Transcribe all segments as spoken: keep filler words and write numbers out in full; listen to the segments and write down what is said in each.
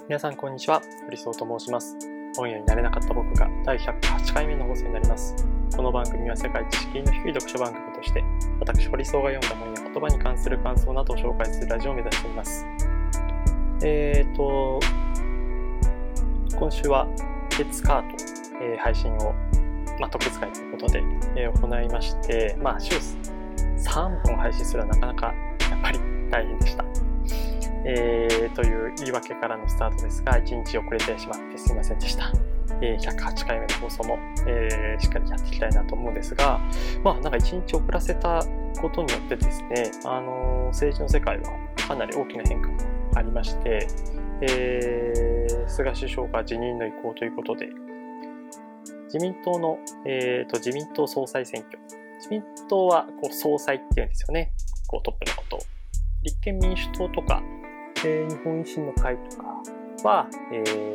皆さんこんにちは、堀荘と申します。本屋になれなかった僕がだいひゃくはちかいめの放送になります。この番組は世界知識の低い読書番組として、私堀荘が読んだ本や言葉に関する感想などを紹介するラジオを目指しています。えーと今週は月火と、えー、配信を、まあ、特別会ということで、えー、行いまして、まあ週さんぼん配信するのはなかなかやっぱり大変でした。えー、という言い訳からのスタートですが、いちにち遅れてしまってすいませんでした。えー、ひゃくはちかいめの放送も、えー、しっかりやっていきたいなと思うんですが、まあなんかいちにち遅らせたことによってですね、あのー、政治の世界はかなり大きな変化がありまして、えー、菅首相が辞任の意向ということで、自民党の、えー、と自民党総裁選挙、自民党はこう総裁っていうんですよね、こうトップのことを。立憲民主党とか、えー、日本維新の会とかは、えー、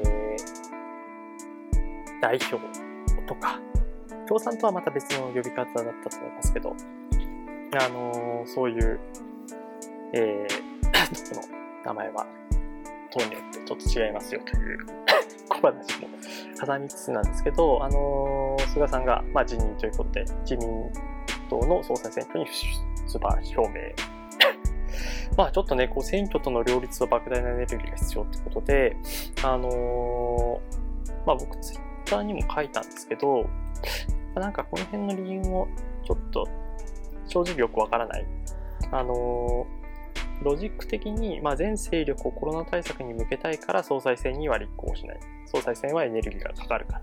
代表とか、共産党はまた別の呼び方だったと思いますけど、あのー、そういう、えー、トップの名前は党によってちょっと違いますよという小話も挟みつつなんですけど、あのー、菅さんが、まあ、辞任ということで自民党の総裁選挙に出馬表明。まあちょっとね、こう選挙との両立と莫大なエネルギーが必要ってことで、あのー、まあ僕ツイッターにも書いたんですけど、なんかこの辺の理由もちょっと正直よくわからない。あのー、ロジック的に、まあ、全勢力をコロナ対策に向けたいから総裁選には立候補しない。総裁選はエネルギーがかかるから。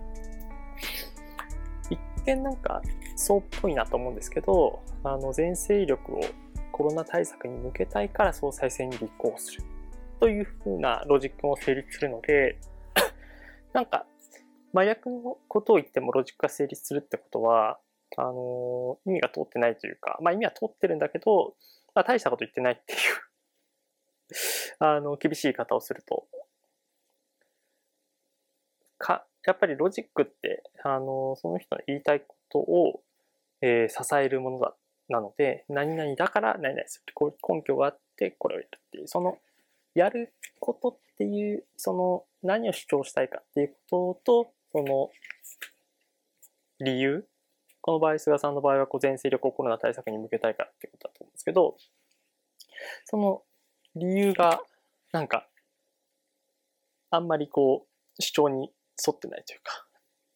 一見なんかそうっぽいなと思うんですけど、あの全勢力をコロナ対策に向けたいから総裁選に立候補するというふうなロジックも成立するのでなんか真逆のことを言ってもロジックが成立するってことはあのー、意味が通ってないというか、まあ意味は通ってるんだけど、まあ、大したこと言ってないっていうあの厳しい言い方をするとかやっぱりロジックってあのー、その人の言いたいことを、えー、支えるものだなので、何々だから何々する。こう根拠があってこれをやるっていう、そのやることっていう、その何を主張したいかっていうことと、その理由、この場合、菅さんの場合はこう全勢力をコロナ対策に向けたいからってことだと思うんですけど、その理由がなんかあんまりこう主張に沿ってないというか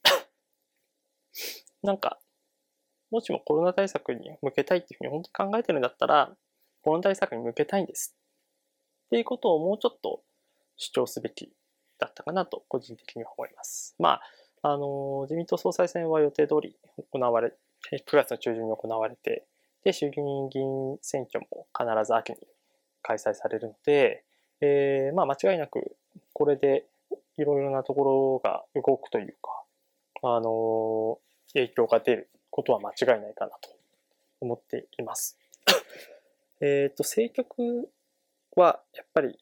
なんかもしもコロナ対策に向けたいっていうふうに本当に考えてるんだったら、コロナ対策に向けたいんですっていうことをもうちょっと主張すべきだったかなと個人的には思います。まあ、あの自民党総裁選は予定通り行われ、くがつの中旬に行われて、で衆議院議員選挙も必ず秋に開催されるので、えー、まあ間違いなくこれでいろいろなところが動くというか、あの影響が出ることは間違いないかなと思っています。えっと、政局はやっぱり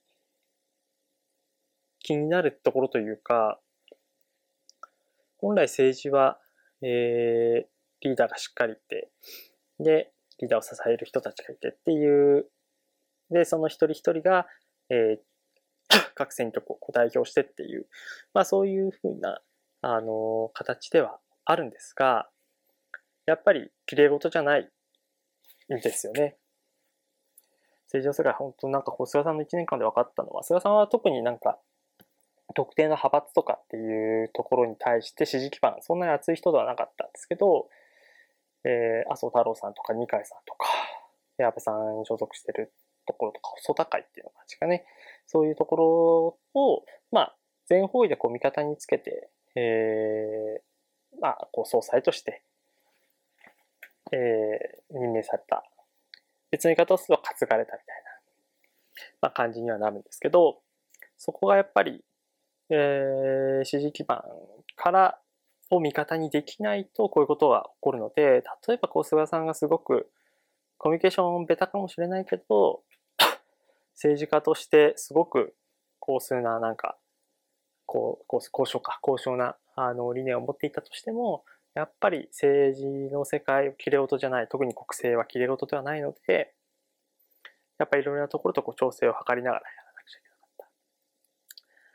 気になるところというか、本来政治は、えー、リーダーがしっかりいて、で、リーダーを支える人たちがいてっていう、で、その一人一人が、えー、各選挙区を代表してっていう、まあそういうふうな、あのー、形ではあるんですが、やっぱり綺麗事じゃないんですよね。政治の世界、本当なんか菅さんのいちねんかんで分かったのは、菅さんは特になんか特定の派閥とかっていうところに対して支持基盤、そんなに熱い人ではなかったんですけど、えー、麻生太郎さんとか二階さんとか、安倍さんに所属してるところとか、細高いっていうのがですかね、そういうところを、まあ、全方位でこう味方につけて、えー、まあ、こう総裁として、えー、任命された。別の言い方をすると担がれたみたいな、まあ、感じにはなるんですけど、そこがやっぱり、えー、支持基盤からを味方にできないとこういうことが起こるので、例えばこう菅さんがすごくコミュニケーションベタかもしれないけど、政治家としてすごく高数ななんかこう高尚か高尚なあの理念を持っていたとしても、やっぱり政治の世界きれい事じゃない、特に国政はきれい事ではないので、やっぱりいろいろなところとこう調整を図りながらやらなくちゃいけなかった。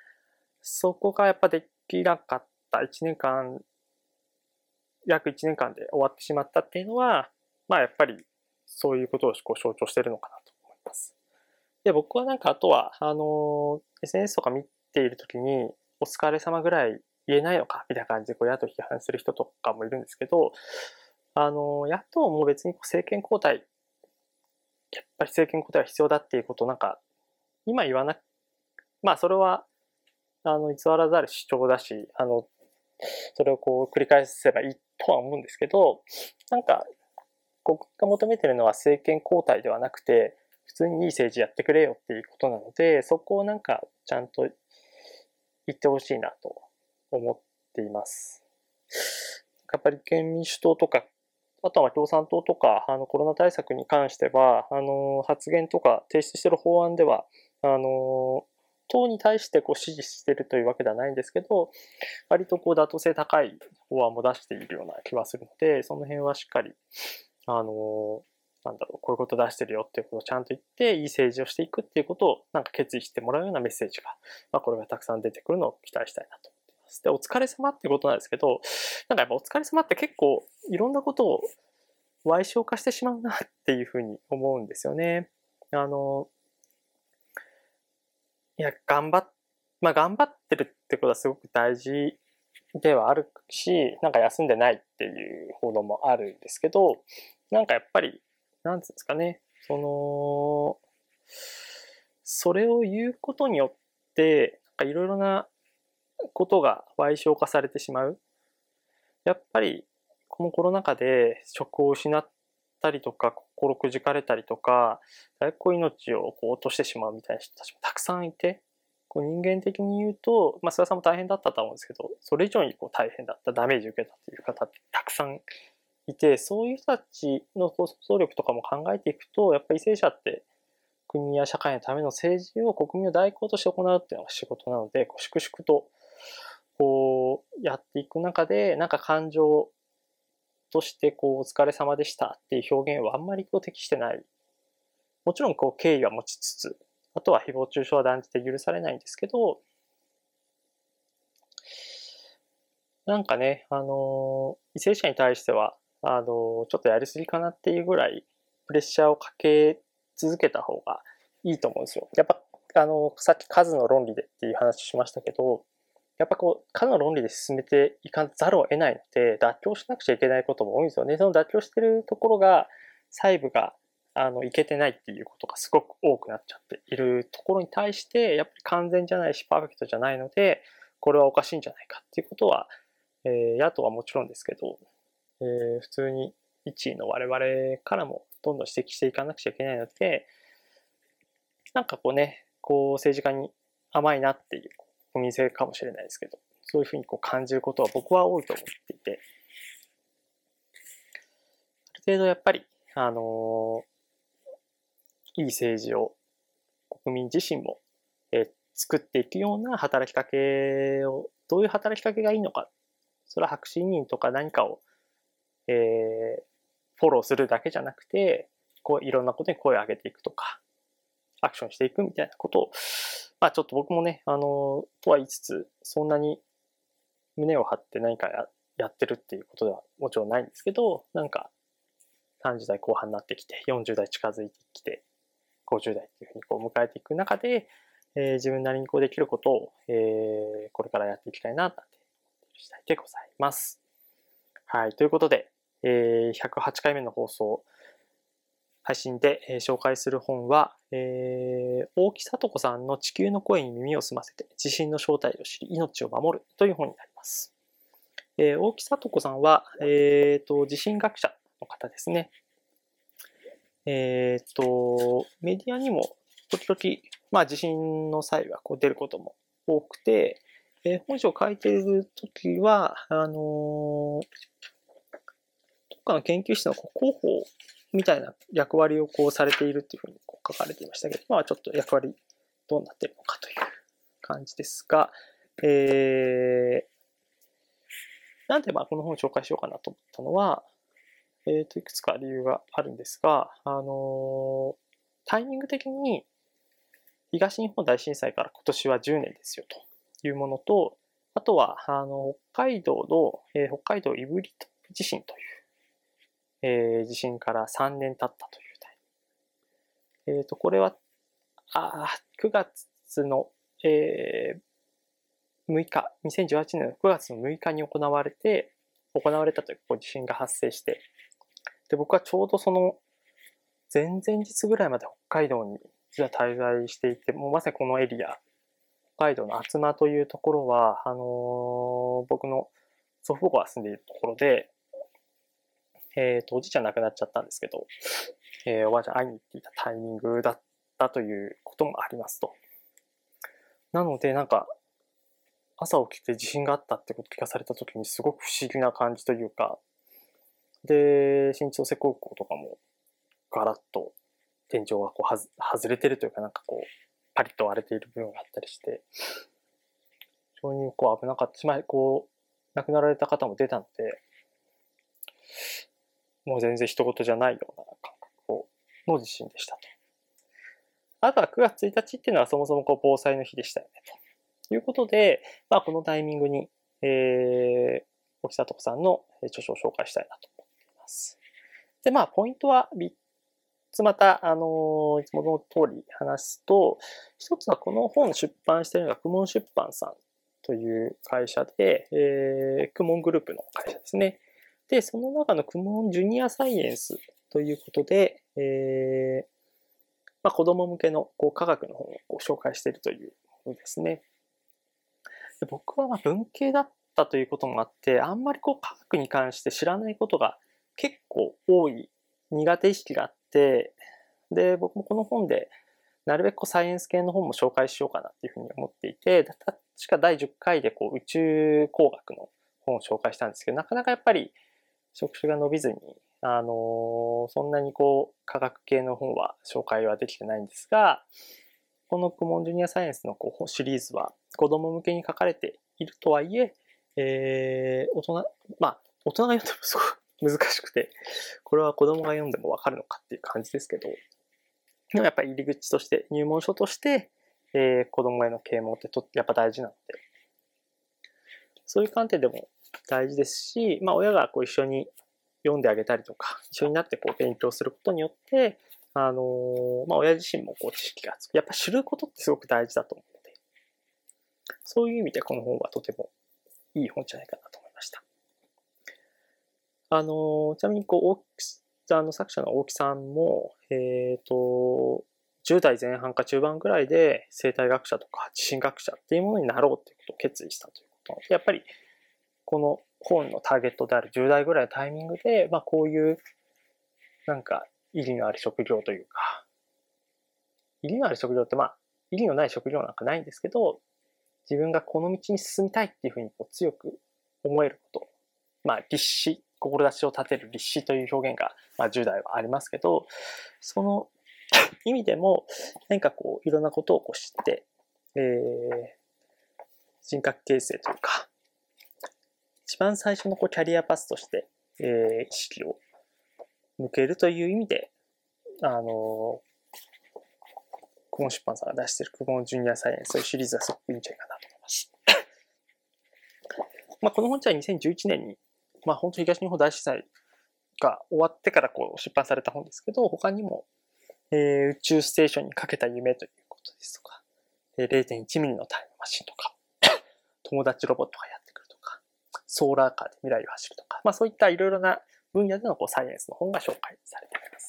そこがやっぱできなかったいちねんかん、約いちねんかんで終わってしまったっていうのは、まあやっぱりそういうことをこう象徴しているのかなと思います。で、僕はなんかあとは、あの、エスエヌエス とか見ているときに、お疲れ様ぐらい言えないのかみたいな感じでこう野党批判する人とかもいるんですけど、あの、野党も別に政権交代、やっぱり政権交代は必要だっていうことをなんか、今言わな、まあそれは、あの、偽らざる主張だし、あの、それをこう繰り返せばいいとは思うんですけど、なんか、国が求めてるのは政権交代ではなくて、普通にいい政治やってくれよっていうことなので、そこをなんかちゃんと言ってほしいなと思っています。やっぱり立憲民主党とか、あとは共産党とか、あのコロナ対策に関しては、あの発言とか提出している法案では、あの党に対してこう支持しているというわけではないんですけど、割とこう妥当性高い法案も出しているような気はするので、その辺はしっかり、あのなんだろう、こういうこと出してるよっていうことをちゃんと言って、いい政治をしていくっていうことをなんか決意してもらうようなメッセージが、まあ、これがたくさん出てくるのを期待したいなと思っています。で、お疲れ様っていうことなんですけど、なんかやっぱお疲れ様って結構いろんなことを歪償化してしまうなっていうふうに思うんですよね。あの、いや、頑張っ、まあ頑張ってるってことはすごく大事ではあるし、なんか休んでないっていう報道もあるんですけど、なんかやっぱり、なんつうんですかね、その、それを言うことによって、なんかいろいろなことが歪償化されてしまう。やっぱり、このコロナ禍で職を失ったりとか、心くじかれたりとか、誰か命をこう落としてしまうみたいな人たちもたくさんいて、こう人間的に言うと、まあ、菅さんも大変だったと思うんですけど、それ以上にこう大変だった、ダメージ受けたっていう方ってたくさんいて、そういう人たちの想像力とかも考えていくと、やっぱり為政者って国や社会のための政治を国民を代行として行うっていうのが仕事なので、こう粛々とこうやっていく中で、なんか感情としてこうお疲れ様でしたっていう表現はあんまりこう適してない。もちろんこう敬意は持ちつつ、あとは誹謗中傷は断じて許されないんですけど、なんかね、あの、為政者に対しては、あの、ちょっとやりすぎかなっていうぐらい、プレッシャーをかけ続けた方がいいと思うんですよ。やっぱ、あの、さっき数の論理でっていう話しましたけど、やっぱこう、数の論理で進めていかざるを得ないので、妥協しなくちゃいけないことも多いんですよね。その妥協してるところが、細部が、あの、いけてないっていうことがすごく多くなっちゃっているところに対して、やっぱり完全じゃないし、パーフェクトじゃないので、これはおかしいんじゃないかっていうことは、えー、野党はもちろんですけど、えー、普通にいちいの我々からもどんどん指摘していかなくちゃいけないので、なんかこうね、こう政治家に甘いなっていう国民性かもしれないですけど、そういうふうにこう感じることは僕は多いと思っていて、ある程度やっぱり、あのー、いい政治を国民自身も、えー、作っていくような働きかけを、どういう働きかけがいいのか、それは白紙委任とか何かを、えー、フォローするだけじゃなくて、こういろんなことに声を上げていくとか、アクションしていくみたいなことを、まあちょっと僕もね、あの、とは言いつつ、そんなに胸を張って何かややってるっていうことではもちろんないんですけど、なんかさんじゅう代後半になってきて、よんじゅう代近づいてきて、ごじゅう代っていうふうにこう迎えていく中で、えー、自分なりにこうできることを、えー、これからやっていきたいな、なんて思っている次第でございます。はい、ということで、えー、ひゃくはちかいめの放送、配信で紹介する本は、えー、大木聡子さんの地球の声に耳を澄ませて地震の正体を知り命を守るという本になります。えー、大木聡子さんは、えーと、地震学者の方ですね。えーと、メディアにも時々、まあ、地震の際はこう出ることも多くて、えー、本書を書いているときは、あのー、どっかの研究室の広報みたいな役割をこうされているっていうふうにこう書かれていましたけど、まあちょっと役割どうなっているのかという感じですが、えー、なんでまあこの本を紹介しようかなと思ったのは、えーと、いくつか理由があるんですが、あのー、タイミング的に東日本大震災から今年はじゅうねんですよと。 いうものと、あとは、あの、北海道の、えー、北海道胆振地震という、えー、地震からさんねん経ったというタイミング。えっと、これは、あくがつの、えー、むいか、にせんじゅうはちねんのくがつのむいかに行われて、行われたという地震が発生して、で、僕はちょうどその前々日ぐらいまで北海道に実は滞在していて、もうまさにこのエリア、北海道の厚真というところは、あのー、僕の祖父母が住んでいるところで、えっと、おじいちゃん亡くなっちゃったんですけど、えー、おばあちゃん会いに行っていたタイミングだったということもありますと。なので、なんか、朝起きて地震があったってことを聞かされたときにすごく不思議な感じというか、で、新千歳空港とかもガラッと天井がこうはず外れてるというか、なんかこう、パリッと割れている部分があったりして、非常にこう危なかった。つまりこう、亡くなられた方も出たので、もう全然人事じゃないような感覚の地震でしたと。あとはくがつついたちっていうのはそもそもこう防災の日でしたよねということで、まあ、このタイミングに、えー、沖里子さんの著書を紹介したいなと思っています。で、まあ、ポイントはみっつまた、あのー、いつもの通り話すと、一つはこの本出版しているのが、クモン出版さんという会社で、えー、クモングループの会社ですね。で、その中のクモンジュニアサイエンスということで、えーまあ、子供向けのこう科学の本をこう紹介しているというものですね。で僕はまあ文系だったということもあって、あんまりこう科学に関して知らないことが結構多い苦手意識があって、で、僕もこの本でなるべくサイエンス系の本も紹介しようかなっていうふうに思っていて、確かだいじゅっかいでこう宇宙工学の本を紹介したんですけど、なかなかやっぱり職種が伸びずに、あのー、そんなにこう科学系の本は紹介はできてないんですが、このクモンジュニアサイエンスのこうシリーズは子供向けに書かれているとはいえ、えー、大人、まあ、大人が読んでもすごく難しくて、これは子供が読んでもわかるのかっていう感じですけど、でもやっぱり入り口として、入門書として、えー、子供への啓蒙ってとやっぱ大事なので、そういう観点でも大事ですし、まあ親がこう一緒に読んであげたりとか、一緒になってこう勉強することによって、あのー、まあ親自身もこう知識がつく。やっぱ知ることってすごく大事だと思うので、そういう意味でこの本はとてもいい本じゃないかなと思いました。あのー、ちなみにこう、大きあの作者の大木さんも、えっと、じゅうだいぜん半か中盤ぐらいで生態学者とか地震学者っていうものになろうっていうことを決意したということなので、やっぱりこの本のターゲットであるじゅう代ぐらいのタイミングで、まあこういうなんか意義のある職業というか、意義のある職業ってまあ意義のない職業なんかないんですけど、自分がこの道に進みたいっていうふうにこう強く思えること、まあ立志、志を立てる立志という表現が、まあ、じゅう代はありますけど、その意味でも何かこういろんなことをこう知って、えー、人格形成というか、一番最初のこうキャリアパスとして、えー、意識を向けるという意味で、あの、クモン出版さんが出しているクモンジュニアサイエンスというシリーズはすごくいいんじゃないかなと思います。まあこの本自体にせんじゅういちねんに、まあ本当に東日本大震災が終わってからこう出版された本ですけど、他にも、えー、宇宙ステーションにかけた夢ということですとか、えー、れいてんいちミリのタイムマシンとか、友達ロボットがやってくるとか、ソーラーカーで未来を走るとか、まあそういったいろいろな分野でのこうサイエンスの本が紹介されています。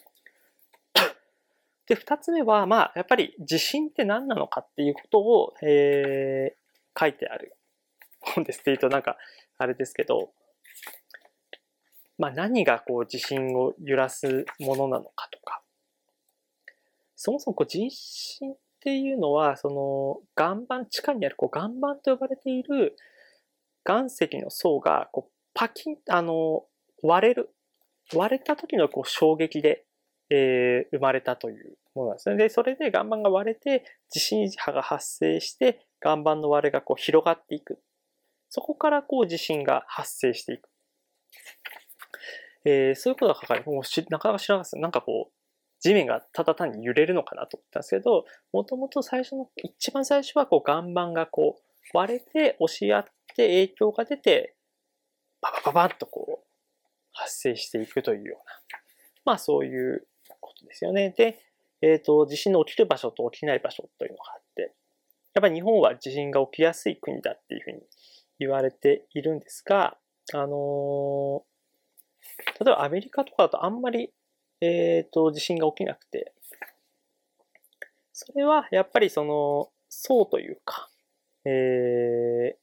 で、二つ目は、まあ、やっぱり地震って何なのかっていうことを、えー、書いてある本ですっていうとなんか、あれですけど、まあ何がこう地震を揺らすものなのかとか、そもそもこう地震っていうのは、その岩盤、地下にあるこう岩盤と呼ばれている岩石の層がこうパキン、あの、割れる。割れた時のこう衝撃で、えー、生まれたというものなんですね。で、それで岩盤が割れて、地震波が発生して、岩盤の割れがこう広がっていく。そこからこう地震が発生していく。えー、そういうことが書かれて、もうしなかなか知らなかったです。なんかこう、 地面がただ単に揺れるのかなと思ったんですけど、もともと最初の、一番最初はこう岩盤がこう割れて押し合って影響が出て、ババババッとこう発生していくというような、まあそういうことですよね。で、えっと、地震の起きる場所と起きない場所というのがあって、やっぱり日本は地震が起きやすい国だっていうふうに言われているんですが、あのー、例えばアメリカとかだとあんまり、えっと、地震が起きなくて、それはやっぱりその、層というか、えー、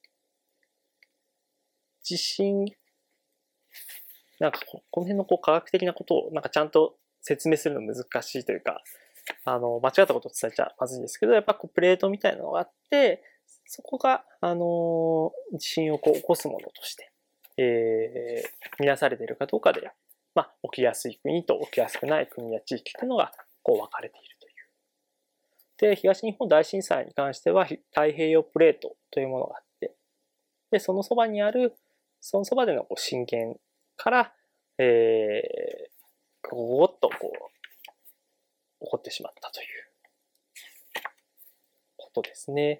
地震、なんかこの辺のこう科学的なことをなんかちゃんと説明するの難しいというか、あの、間違ったことを伝えちゃまずいんですけど、やっぱこうプレートみたいなのがあって、そこが、あの、地震をこう起こすものとして、えー、見なされているかどうかで、まあ、起きやすい国と起きやすくない国や地域というのが、こう分かれているという。で、東日本大震災に関しては、太平洋プレートというものがあって、で、そのそばにある、そのそばでのこう震源から、えー、ゴーッとこう、起こってしまったということですね。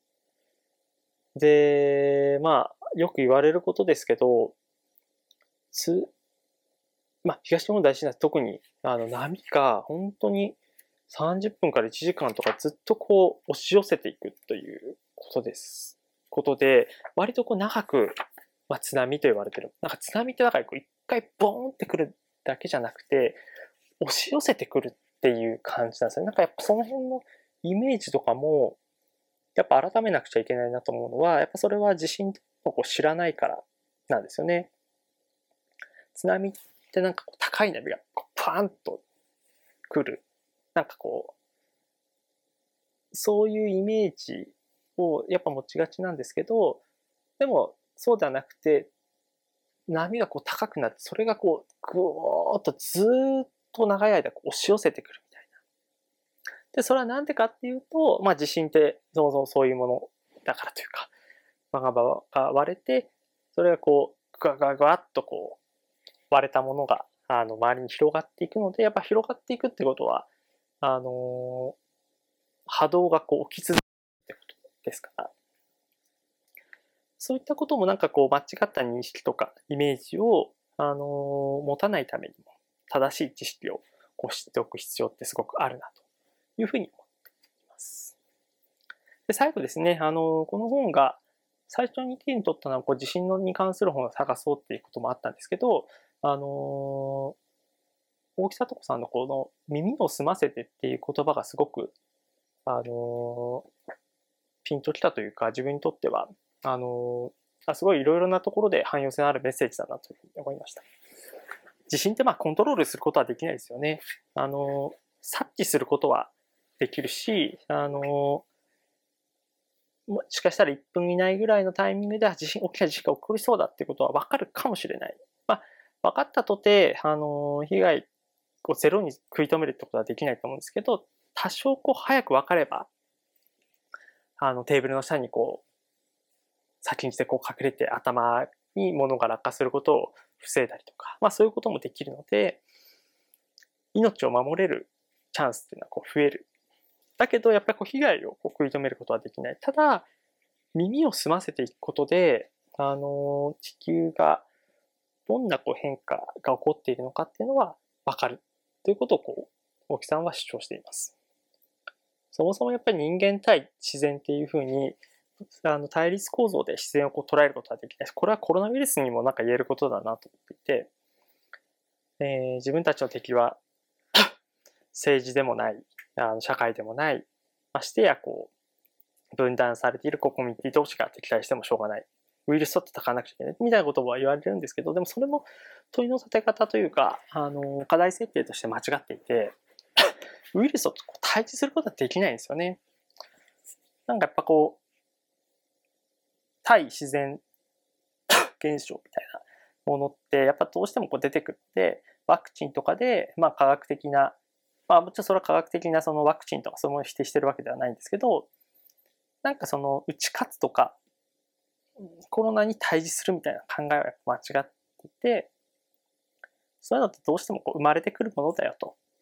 で、まあ、よく言われることですけど、つ、まあ、東日本大震災特に、あの、波が本当にさんじゅっぷんからいちじかんとかずっとこう押し寄せていくということです。ことで、割とこう長く、まあ、津波と言われてる。なんか津波ってだからこう一回ボーンってくるだけじゃなくて、押し寄せてくるっていう感じなんですよね。なんかやっぱその辺のイメージとかも、やっぱ改めなくちゃいけないなと思うのは、やっぱそれは地震をこう知らないからなんですよね。津波ってなんかこう高い波がこうパーンと来る。なんかこう、そういうイメージをやっぱ持ちがちなんですけど、でもそうではなくて、波がこう高くなって、それがこう、ぐーっとずーっと長い間こう押し寄せてくるみたいな。で、それはなんでかっていうと、まあ地震ってそもそもそういうものだからというか、バカバカが割れて、それがこう、ガガガッとこう、割れたものが、あの、周りに広がっていくので、やっぱ広がっていくってことは、あのー、波動がこう起き続けるってことですから、そういったこともなんかこう間違った認識とかイメージを、あのー、持たないためにも、正しい知識をこう知っておく必要ってすごくあるなというふうに思っています。で、最後ですね、あのー、この本が最初に手に取ったのはこう地震に関する本を探そうっていうこともあったんですけど、あのー、大木聡子さんのこの耳を澄ませてっていう言葉がすごく、あのー、ピンときたというか、自分にとっては、あのー、すごいいろいろなところで汎用性のあるメッセージだなというふうに思いました。地震ってまあコントロールすることはできないですよね。あのー、察知することはできるし、あのー、もしかしたらいっぷん以内ぐらいのタイミングで地震、大きな地震が起こりそうだっていうことは分かるかもしれない。まあ、分かったとて、あの、被害をゼロに食い止めるってことはできないと思うんですけど、多少こう早く分かれば、あの、テーブルの下にこう、先にしてこう隠れて頭に物が落下することを防いだりとか、まあそういうこともできるので、命を守れるチャンスっていうのはこう増える。だけど、やっぱりこう被害をこう食い止めることはできない。ただ、耳を澄ませていくことで、あの、地球がどんなこう変化が起こっているのかっていうのは分かるということをこう、大木さんは主張しています。そもそもやっぱり人間対自然っていうふうに、あの対立構造で自然をこう捉えることはできないし、これはコロナウイルスにもなんか言えることだなと思っていて、えー、自分たちの敵は政治でもない、あの社会でもない、ましてやこう、分断されているコミュニティ同士が敵対してもしょうがない。ウイルスと戦わなくちゃいけないみたいなことは言われるんですけど、でもそれも問いの立て方というか、あの、課題設定として間違っていて、ウイルスと対峙することはできないんですよね。なんかやっぱこう、対自然現象みたいなものって、やっぱどうしてもこう出てくって、ワクチンとかで、まあ科学的な、まあもちろんそれは科学的なそのワクチンとかそういうものを否定してるわけではないんですけど、なんかその打ち勝つとか、コロナに対峙するみたいな考えは間違っていて、そういうのってどうしてもこう生まれてくるものだよと。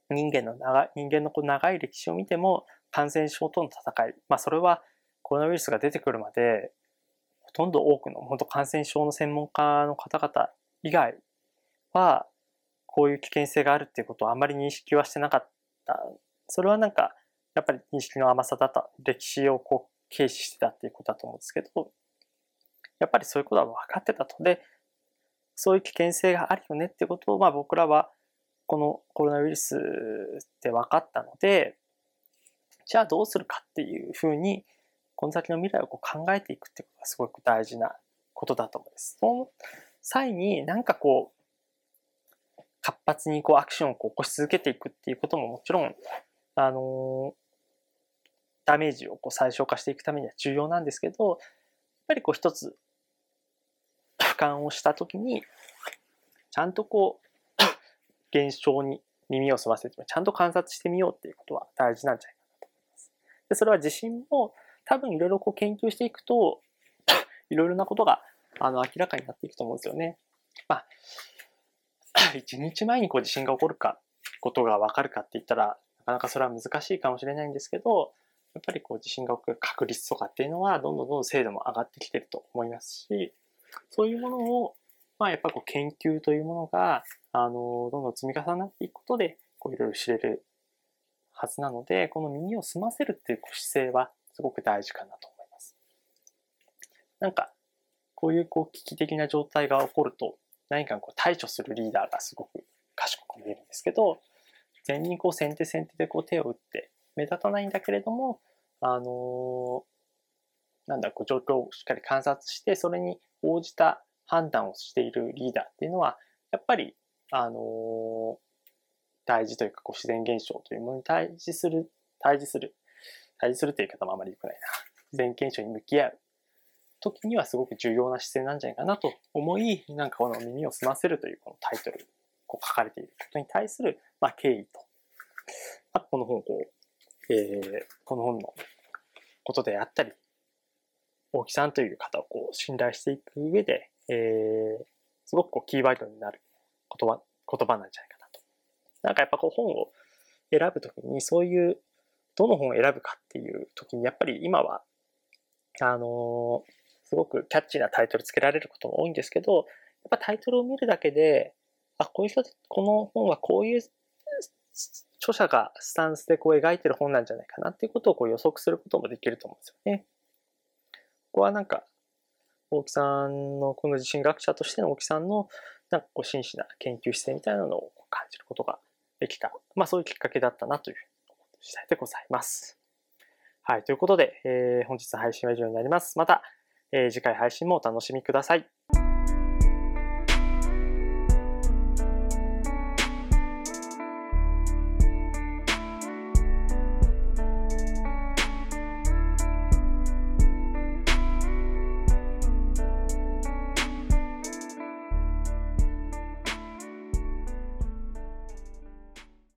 人間の長い、人間のこう長い歴史を見ても、感染症との戦い、まあそれはコロナウイルスが出てくるまで、ほとんど多くの本当感染症の専門家の方々以外は、こういう危険性があるっていうことをあんまり認識はしてなかった。それはなんか、やっぱり認識の甘さだった、歴史をこう軽視してたっていうことだと思うんですけど、やっぱりそういうことは分かってたと。で、そういう危険性があるよねってことを、まあ僕らはこのコロナウイルスって分かったので、じゃあどうするかっていうふうに、この先の未来をこう考えていくってことがすごく大事なことだと思うんです。その際になんかこう、活発にこうアクションをこう起こし続けていくっていうことももちろん、あのー、ダメージをこう最小化していくためには重要なんですけど、やっぱりこう一つ俯瞰をしたときに、ちゃんとこう、現象に耳を澄ませて、ちゃんと観察してみようっていうことは大事なんじゃないかなと思います。で、それは自身も多分いろいろこう研究していくと、いろいろなことがあの明らかになっていくと思うんですよね。まあ、一日前にこう地震が起こるか、ことがわかるかって言ったら、なかなかそれは難しいかもしれないんですけど、やっぱりこう地震が起こる確率とかっていうのは、どんどんどんどん精度も上がってきてると思いますし、そういうものを、まあやっぱこう研究というものが、あの、どんどん積み重なっていくことで、こういろいろ知れるはずなので、この耳を澄ませるっていう姿勢はすごく大事かなと思います。なんか、こういうこう危機的な状態が起こると、何かこう対処するリーダーがすごく賢く見えるんですけど、全員こう先手先手でこう手を打って目立たないんだけれども、あのなんだこう状況をしっかり観察して、それに応じた判断をしているリーダーっていうのは、やっぱり、あのー、大事というか、こう自然現象というものに対峙する、対峙する、対峙するという言い方もあまり良くないな。自然現象に向き合う時にはすごく重要な姿勢なんじゃないかなと思い、なんかこの耳を澄ませるというこのタイトル、こう書かれていることに対する、まあ、敬意と、まあ、この本をこう、えー、この本のことであったり、大木さんという方をこう信頼していく上で、えー、すごくこうキーワードになる言葉、言葉なんじゃないかなと。なんかやっぱこう本を選ぶときにそういうどの本を選ぶかっていうときにやっぱり今はあのー、すごくキャッチーなタイトルつけられることも多いんですけど、やっぱタイトルを見るだけで、あ、こういう人、この本はこういう著者がスタンスでこう描いてる本なんじゃないかなっていうことをこう予測することもできると思うんですよね。ここはなんか、大木さんの、この地震学者としての大木さんの、なんかこう真摯な研究姿勢みたいなのを感じることができた。まあそういうきっかけだったなという次第でございます。はい。ということで、えー、本日の配信は以上になります。また、えー、次回配信もお楽しみください。